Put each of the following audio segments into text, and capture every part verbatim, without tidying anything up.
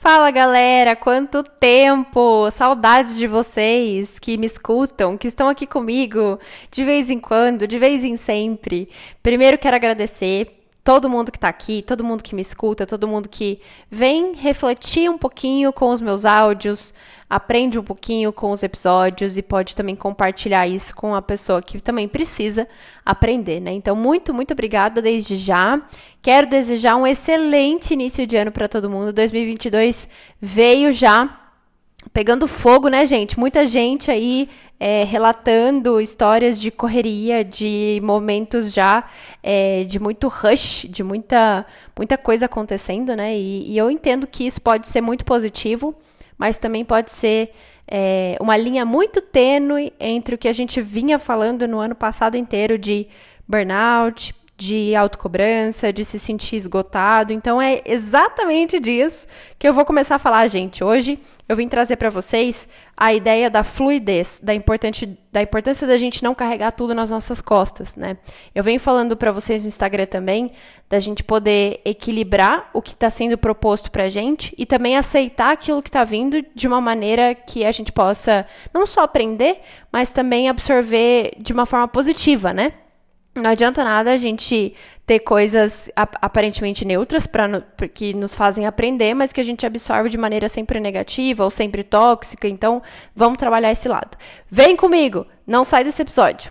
Fala, galera! Quanto tempo! Saudades de vocês que me escutam, que estão aqui comigo de vez em quando, de vez em sempre. Primeiro quero agradecer todo mundo que tá aqui, todo mundo que me escuta, todo mundo que vem refletir um pouquinho com os meus áudios, aprende um pouquinho com os episódios e pode também compartilhar isso com a pessoa que também precisa aprender, né? Então, muito, muito obrigada desde já. Quero desejar um excelente início de ano para todo mundo. dois mil e vinte e dois veio já pegando fogo, né, gente? Muita gente aí é, relatando histórias de correria, de momentos já é, de muito rush, de muita, muita coisa acontecendo, né? E, e eu entendo que isso pode ser muito positivo, mas também pode ser é, uma linha muito tênue entre o que a gente vinha falando no ano passado inteiro de burnout, de autocobrança, de se sentir esgotado. Então, é exatamente disso que eu vou começar a falar, gente. Hoje, eu vim trazer para vocês a ideia da fluidez, da, importante, da importância da gente não carregar tudo nas nossas costas, né? Eu venho falando para vocês no Instagram também, da gente poder equilibrar o que está sendo proposto para a gente e também aceitar aquilo que está vindo de uma maneira que a gente possa não só aprender, mas também absorver de uma forma positiva, né? Não adianta nada a gente ter coisas ap- aparentemente neutras pra no, que nos fazem aprender, mas que a gente absorve de maneira sempre negativa ou sempre tóxica. Então, vamos trabalhar esse lado. Vem comigo! Não sai desse episódio!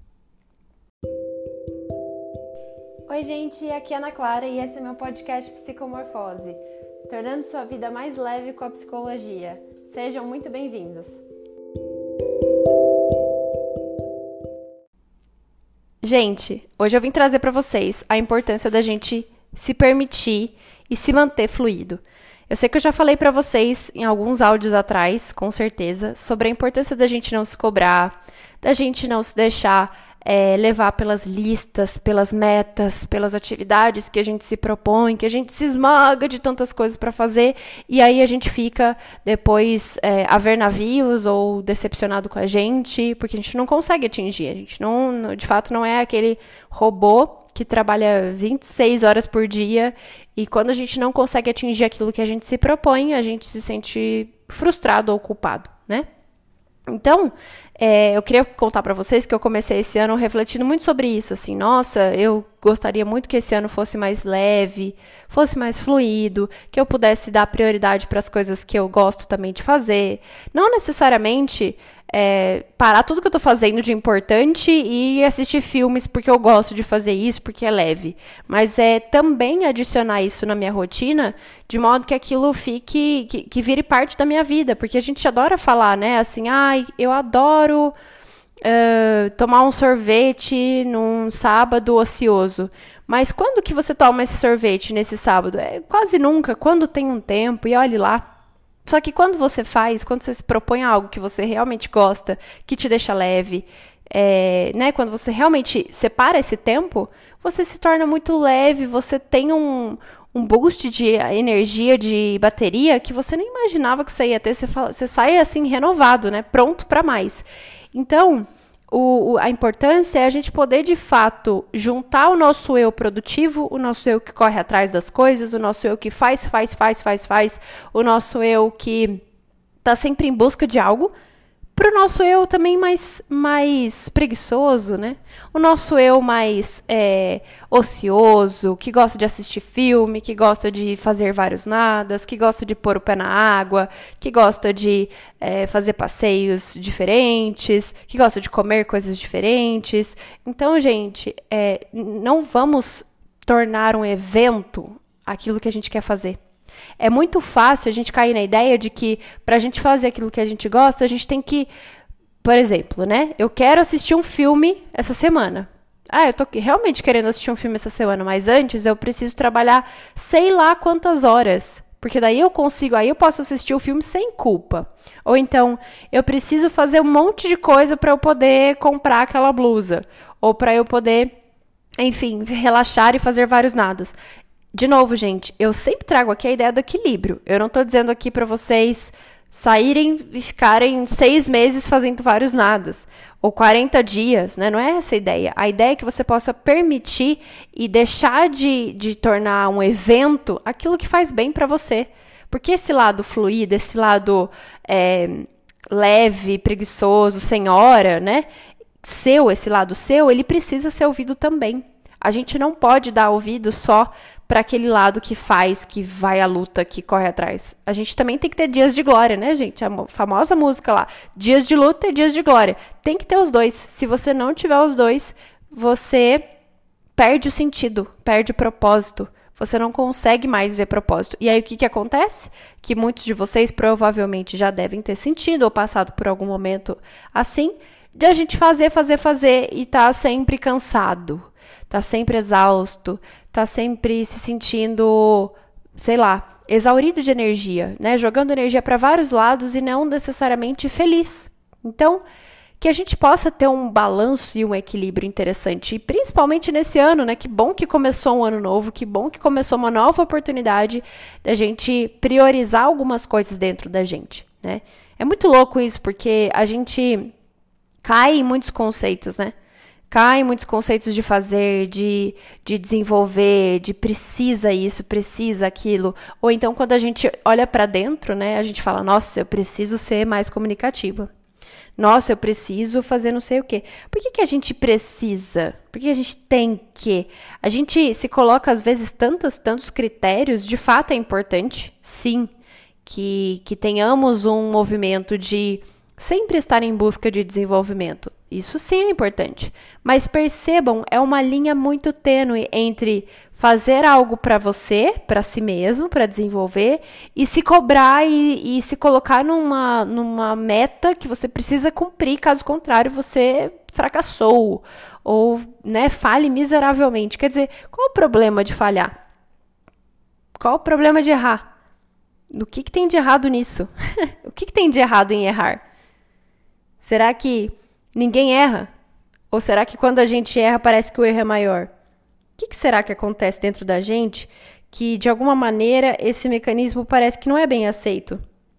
Oi, gente! Aqui é a Ana Clara e esse é meu podcast Psicomorfose, tornando sua vida mais leve com a psicologia. Sejam muito bem-vindos! Gente, hoje eu vim trazer para vocês a importância da gente se permitir e se manter fluido. Eu sei que eu já falei para vocês em alguns áudios atrás, com certeza, sobre a importância da gente não se cobrar, da gente não se deixar é, levar pelas listas, pelas metas, pelas atividades que a gente se propõe, que a gente se esmaga de tantas coisas para fazer e aí a gente fica depois é, a ver navios ou decepcionado com a gente, porque a gente não consegue atingir, a gente não, de fato não é aquele robô que trabalha vinte e seis horas por dia e quando a gente não consegue atingir aquilo que a gente se propõe, a gente se sente frustrado ou culpado, né? Então, é, eu queria contar para vocês que eu comecei esse ano refletindo muito sobre isso, assim, nossa, eu gostaria muito que esse ano fosse mais leve, fosse mais fluido, que eu pudesse dar prioridade para as coisas que eu gosto também de fazer, não necessariamente é, parar tudo que eu estou fazendo de importante e assistir filmes porque eu gosto de fazer isso, porque é leve, mas é também adicionar isso na minha rotina, de modo que aquilo fique, que, que vire parte da minha vida, porque a gente adora falar, né, assim, ai, ah, eu adoro Uh, tomar um sorvete num sábado ocioso. Mas quando que você toma esse sorvete nesse sábado? É quase nunca, quando tem um tempo, e olhe lá. Só que quando você faz, quando você se propõe a algo que você realmente gosta, que te deixa leve, é, né, quando você realmente separa esse tempo, você se torna muito leve, você tem um, um boost de energia, de bateria, que você nem imaginava que você ia ter, você, fala, você sai assim renovado, né, pronto para mais. Então, o, o, a importância é a gente poder, de fato, juntar o nosso eu produtivo, o nosso eu que corre atrás das coisas, o nosso eu que faz, faz, faz, faz, faz, o nosso eu que está sempre em busca de algo, para o nosso eu também mais, mais preguiçoso, né? O nosso eu mais é, ocioso, que gosta de assistir filme, que gosta de fazer vários nadas, que gosta de pôr o pé na água, que gosta de é, fazer passeios diferentes, que gosta de comer coisas diferentes. Então, gente, é, não vamos tornar um evento aquilo que a gente quer fazer. É muito fácil a gente cair na ideia de que para a gente fazer aquilo que a gente gosta, a gente tem que, por exemplo, né? Eu quero assistir um filme essa semana. Ah, eu tô realmente querendo assistir um filme essa semana, mas antes eu preciso trabalhar sei lá quantas horas. Porque daí eu consigo, aí eu posso assistir o filme sem culpa. Ou então, eu preciso fazer um monte de coisa para eu poder comprar aquela blusa. Ou para eu poder, enfim, relaxar e fazer vários nadas. De novo, gente, eu sempre trago aqui a ideia do equilíbrio. Eu não estou dizendo aqui para vocês saírem e ficarem seis meses fazendo vários nadas. Ou quarenta dias, né? Não é essa a ideia. A ideia é que você possa permitir e deixar de, de tornar um evento aquilo que faz bem para você. Porque esse lado fluido, esse lado é, leve, preguiçoso, sem hora, né? Seu, esse lado seu, ele precisa ser ouvido também. A gente não pode dar ouvido só para aquele lado que faz, que vai à luta, que corre atrás. A gente também tem que ter dias de glória, né, gente? A famosa música lá, dias de luta e dias de glória. Tem que ter os dois. Se você não tiver os dois, você perde o sentido, perde o propósito. Você não consegue mais ver propósito. E aí, o que, que acontece? Que muitos de vocês provavelmente já devem ter sentido ou passado por algum momento assim, de a gente fazer, fazer, fazer e tá sempre cansado, tá sempre exausto, tá sempre se sentindo, sei lá, exaurido de energia, né? Jogando energia para vários lados e não necessariamente feliz. Então, que a gente possa ter um balanço e um equilíbrio interessante, e principalmente nesse ano, né? Que bom que começou um ano novo, que bom que começou uma nova oportunidade da gente priorizar algumas coisas dentro da gente, né? É muito louco isso, porque a gente cai em muitos conceitos, né? Cai em muitos conceitos de fazer, de, de desenvolver, de precisa isso, precisa aquilo. Ou então, quando a gente olha para dentro, né? A gente fala, nossa, eu preciso ser mais comunicativa. Nossa, eu preciso fazer não sei o quê. Por que, que a gente precisa? Por que a gente tem que? A gente se coloca, às vezes, tantos, tantos critérios. De fato, é importante, sim, que, que tenhamos um movimento de sempre estar em busca de desenvolvimento. Isso sim é importante. Mas percebam, é uma linha muito tênue entre fazer algo para você, para si mesmo, para desenvolver, e se cobrar e, e se colocar numa, numa meta que você precisa cumprir, caso contrário, você fracassou ou, né, falhe miseravelmente. Quer dizer, qual o problema de falhar? Qual o problema de errar? O que, que tem de errado nisso? O que, que tem de errado em errar? Será que ninguém erra? Ou será que quando a gente erra, parece que o erro é maior? O que, que será que acontece dentro da gente que, de alguma maneira, esse mecanismo parece que não é bem aceito?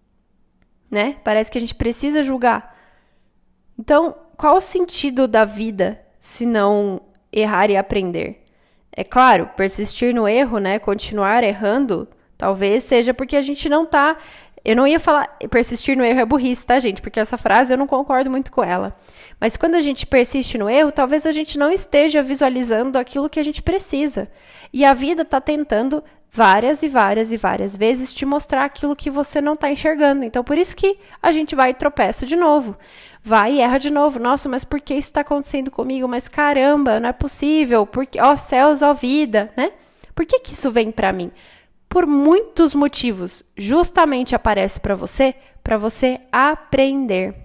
Né? Parece que a gente precisa julgar. Então, qual o sentido da vida se não errar e aprender? É claro, persistir no erro, né? Continuar errando, talvez seja porque a gente não tá... Eu não ia falar persistir no erro é burrice, tá, gente? Porque essa frase eu não concordo muito com ela. Mas quando a gente persiste no erro, talvez a gente não esteja visualizando aquilo que a gente precisa. E a vida está tentando várias e várias e várias vezes te mostrar aquilo que você não está enxergando. Então, por isso que a gente vai e tropeça de novo. Vai e erra de novo. Nossa, mas por que isso está acontecendo comigo? Mas caramba, não é possível. Porque, ó céus, ó vida, né? Por que que isso vem para mim? Por muitos motivos, justamente aparece para você, para você aprender.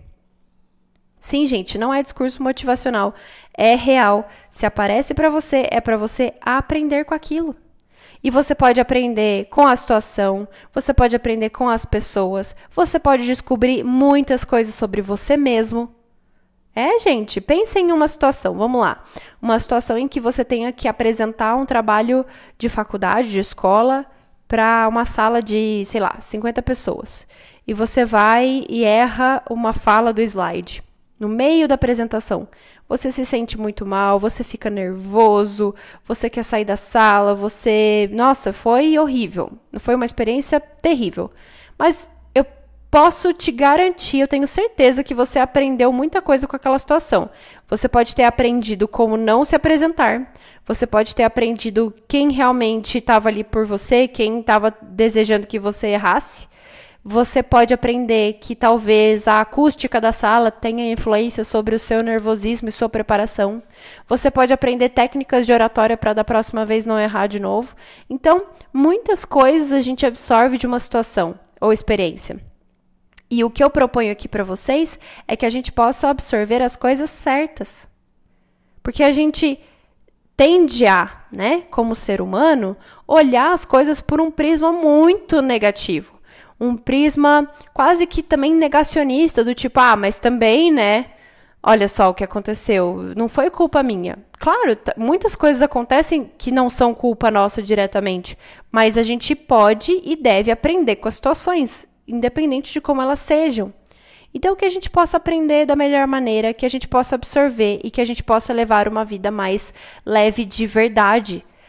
Sim, gente, não é discurso motivacional, é real. Se aparece para você, é para você aprender com aquilo. E você pode aprender com a situação, você pode aprender com as pessoas, você pode descobrir muitas coisas sobre você mesmo. É, gente, pense em uma situação, vamos lá. Uma situação em que você tenha que apresentar um trabalho de faculdade, de escola, para uma sala de, sei lá, cinquenta pessoas. E você vai e erra uma fala do slide. No meio da apresentação, você se sente muito mal, você fica nervoso, você quer sair da sala, você... Nossa, foi horrível. Foi uma experiência terrível. Mas eu posso te garantir, eu tenho certeza que você aprendeu muita coisa com aquela situação. Você pode ter aprendido como não se apresentar. Você pode ter aprendido quem realmente estava ali por você, quem estava desejando que você errasse. Você pode aprender que talvez a acústica da sala tenha influência sobre o seu nervosismo e sua preparação. Você pode aprender técnicas de oratória para da próxima vez não errar de novo. Então, muitas coisas a gente absorve de uma situação ou experiência. E o que eu proponho aqui para vocês é que a gente possa absorver as coisas certas. Porque a gente tende a, né, como ser humano, olhar as coisas por um prisma muito negativo. Um prisma quase que também negacionista, do tipo, ah, mas também, né, olha só o que aconteceu, não foi culpa minha. Claro, muitas coisas acontecem que não são culpa nossa diretamente, mas a gente pode e deve aprender com as situações, independente de como elas sejam. Então, que a gente possa aprender da melhor maneira, que a gente possa absorver e que a gente possa levar uma vida mais leve de verdade,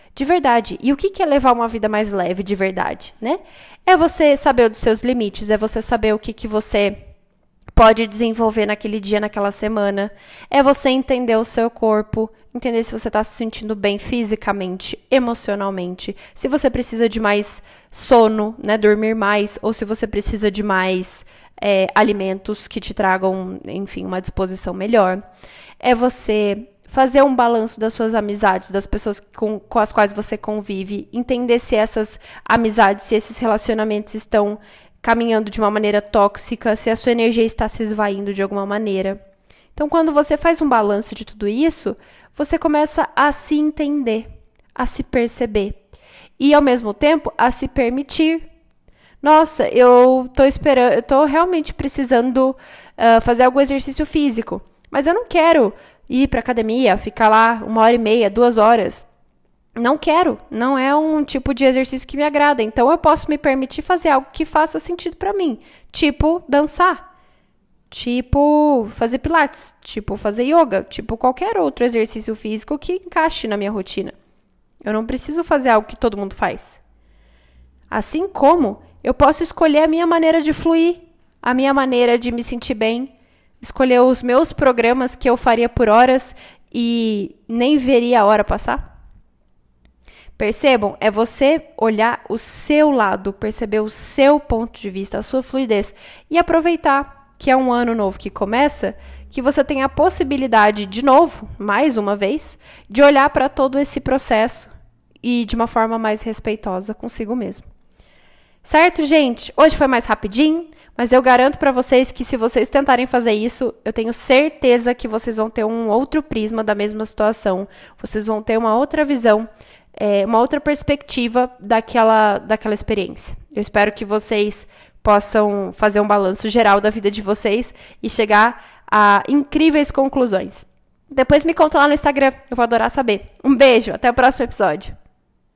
De verdade. E o que é levar uma vida mais leve de verdade, né? É você saber dos seus limites, é você saber o que, que você pode desenvolver naquele dia, naquela semana. É você entender o seu corpo, entender se você está se sentindo bem fisicamente, emocionalmente, se você precisa de mais sono, né, dormir mais, ou se você precisa de mais é, alimentos que te tragam, enfim, uma disposição melhor. É você fazer um balanço das suas amizades, das pessoas com, com as quais você convive, entender se essas amizades, se esses relacionamentos estão caminhando de uma maneira tóxica, se a sua energia está se esvaindo de alguma maneira. Então, quando você faz um balanço de tudo isso, você começa a se entender, a se perceber e, ao mesmo tempo, a se permitir. Nossa, eu tô esperando, eu tô realmente precisando uh, fazer algum exercício físico, mas eu não quero ir para academia, ficar lá uma hora e meia, duas horas. Não quero, não é um tipo de exercício que me agrada. Então, eu posso me permitir fazer algo que faça sentido para mim, tipo dançar, tipo fazer pilates, tipo fazer yoga, tipo qualquer outro exercício físico que encaixe na minha rotina. Eu não preciso fazer algo que todo mundo faz. Assim como eu posso escolher a minha maneira de fluir, a minha maneira de me sentir bem, escolher os meus programas que eu faria por horas e nem veria a hora passar. Percebam, é você olhar o seu lado, perceber o seu ponto de vista, a sua fluidez e aproveitar que é um ano novo que começa, que você tem a possibilidade, de novo, mais uma vez, de olhar para todo esse processo e de uma forma mais respeitosa consigo mesmo. Certo, gente? Hoje foi mais rapidinho, mas eu garanto para vocês que se vocês tentarem fazer isso, eu tenho certeza que vocês vão ter um outro prisma da mesma situação. Vocês vão ter uma outra visão, é, uma outra perspectiva daquela, daquela experiência. Eu espero que vocês possam fazer um balanço geral da vida de vocês e chegar a incríveis conclusões. Depois me conta lá no Instagram, eu vou adorar saber. Um beijo, até o próximo episódio.